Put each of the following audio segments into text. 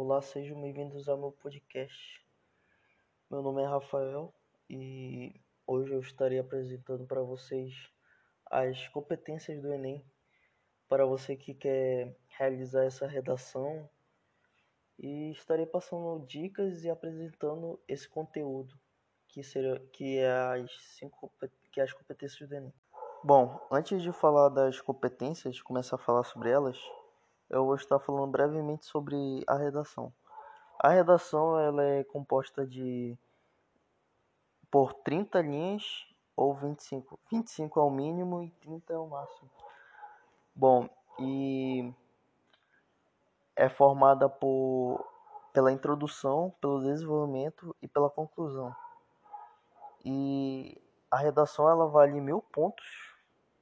Olá, sejam bem-vindos ao meu podcast. Meu nome é Rafael e hoje eu estarei apresentando para vocês as competências do Enem para você que quer realizar essa redação e estarei passando dicas e apresentando esse conteúdo que é as competências do Enem. Bom, antes de falar das competências, começar a falar sobre elas, eu vou estar falando brevemente sobre a redação. A redação ela é composta por 30 linhas ou 25. 25 é o mínimo e 30 é o máximo. Bom, e é formada pela introdução, pelo desenvolvimento e pela conclusão. E a redação ela vale 1000 pontos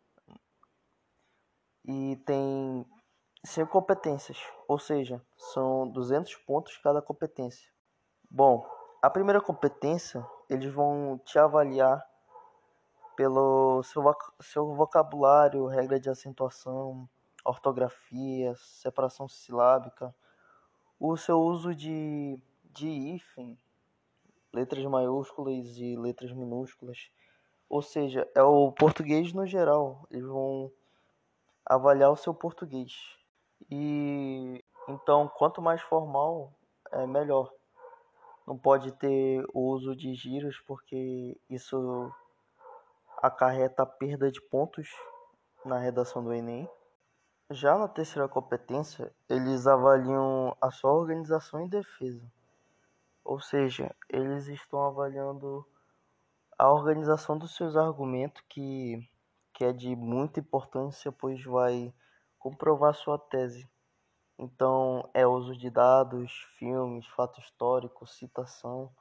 e tem 5 competências, ou seja, são 200 pontos cada competência. Bom, a primeira competência, eles vão te avaliar pelo seu vocabulário, regra de acentuação, ortografia, separação silábica, o seu uso de hífen, letras maiúsculas e letras minúsculas. Ou seja, é o português no geral. Eles vão avaliar o seu português. E então, quanto mais formal, é melhor. Não pode ter o uso de gírias, porque isso acarreta a perda de pontos na redação do Enem. Já na terceira competência, eles avaliam a sua organização e defesa. Ou seja, eles estão avaliando a organização dos seus argumentos, que é de muita importância, pois vai comprovar sua tese. Então, é uso de dados, filmes, fato histórico, citação.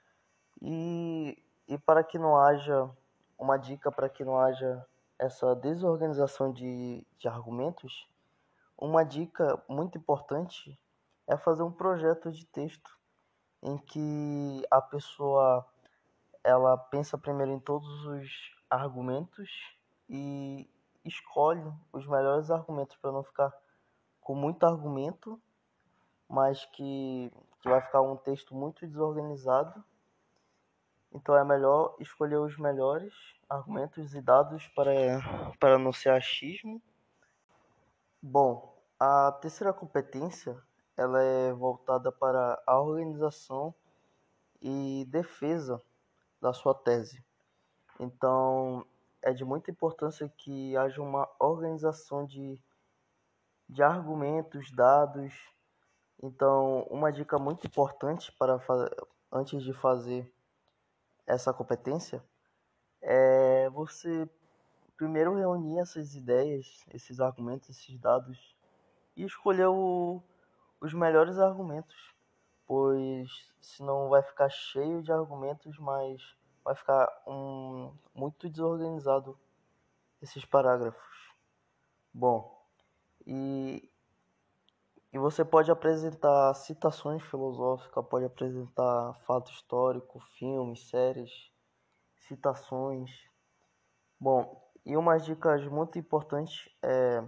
E para que não haja, uma dica para que não haja essa desorganização de argumentos, uma dica muito importante é fazer um projeto de texto em que a pessoa ela pensa primeiro em todos os argumentos e escolhe os melhores argumentos para não ficar com muito argumento, mas que vai ficar um texto muito desorganizado. Então é melhor escolher os melhores argumentos e dados para não ser achismo. Bom, a terceira competência ela é voltada para a organização e defesa da sua tese. Então é de muita importância que haja uma organização de argumentos, dados. Então, uma dica muito importante antes de fazer essa competência é você primeiro reunir essas ideias, esses argumentos, esses dados e escolher os melhores argumentos, pois senão vai ficar cheio de argumentos, mas vai ficar muito desorganizado esses parágrafos. Bom, e, e você pode apresentar citações filosóficas, pode apresentar fato histórico, filmes, séries, citações. Bom, e umas dicas muito importantes é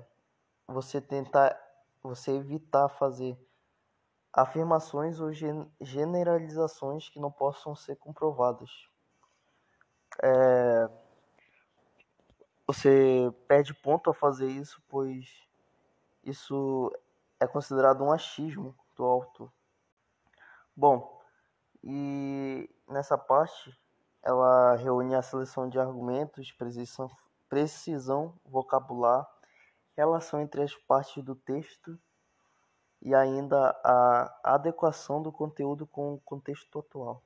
você evitar fazer afirmações ou generalizações que não possam ser comprovadas. Você perde ponto ao fazer isso, pois isso é considerado um achismo do autor. Bom, e nessa parte ela reúne a seleção de argumentos, precisão vocabular, relação entre as partes do texto e ainda a adequação do conteúdo com o contexto atual.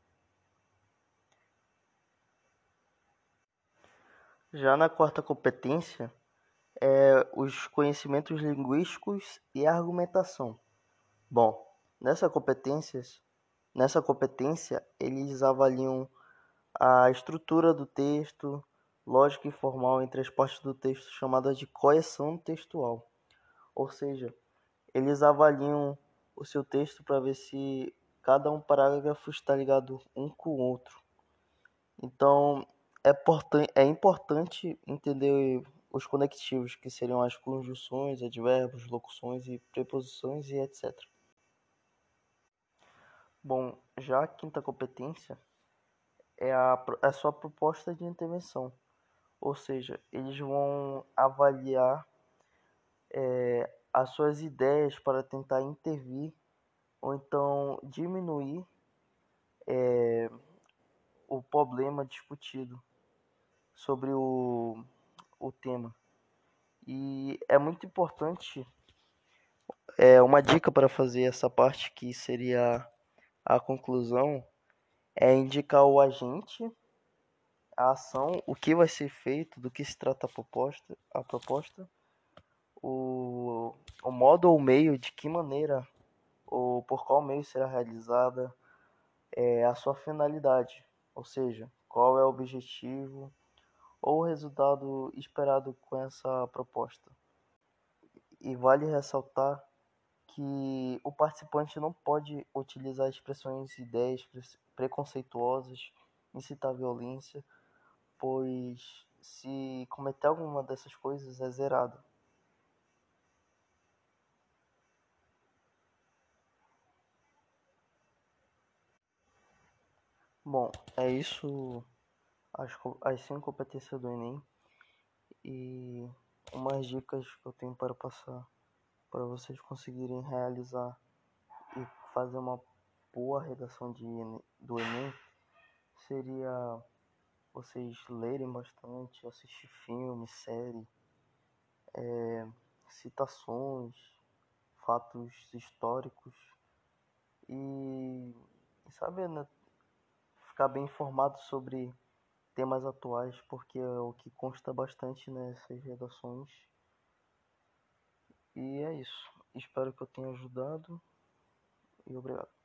Já na quarta competência, os conhecimentos linguísticos e a argumentação. Bom, nessa competência eles avaliam a estrutura do texto, lógica e formal entre as partes do texto, chamada de coesão textual. Ou seja, eles avaliam o seu texto para ver se cada um parágrafo está ligado um com o outro. Então, é importante entender os conectivos, que seriam as conjunções, advérbios, locuções e preposições e etc. Bom, já a quinta competência é a sua proposta de intervenção, ou seja, eles vão avaliar as suas ideias para tentar intervir ou então diminuir o problema discutido sobre o tema. E é muito importante, uma dica para fazer essa parte que seria a conclusão, é indicar o agente, a ação, o que vai ser feito, do que se trata a proposta, o, o modo ou meio, de que maneira ou por qual meio será realizada, a sua finalidade, ou seja, qual é o objetivo ou o resultado esperado com essa proposta. E vale ressaltar que o participante não pode utilizar expressões e ideias preconceituosas, incitar violência, pois se cometer alguma dessas coisas é zerado. Bom, é isso as 5 competências do Enem e umas dicas que eu tenho para passar para vocês conseguirem realizar e fazer uma boa redação do Enem seria vocês lerem bastante, assistir filme, série, citações, fatos históricos e, saber, né, ficar bem informado sobre temas atuais, porque é o que consta bastante nessas redações. E é isso. Espero que eu tenha ajudado e obrigado.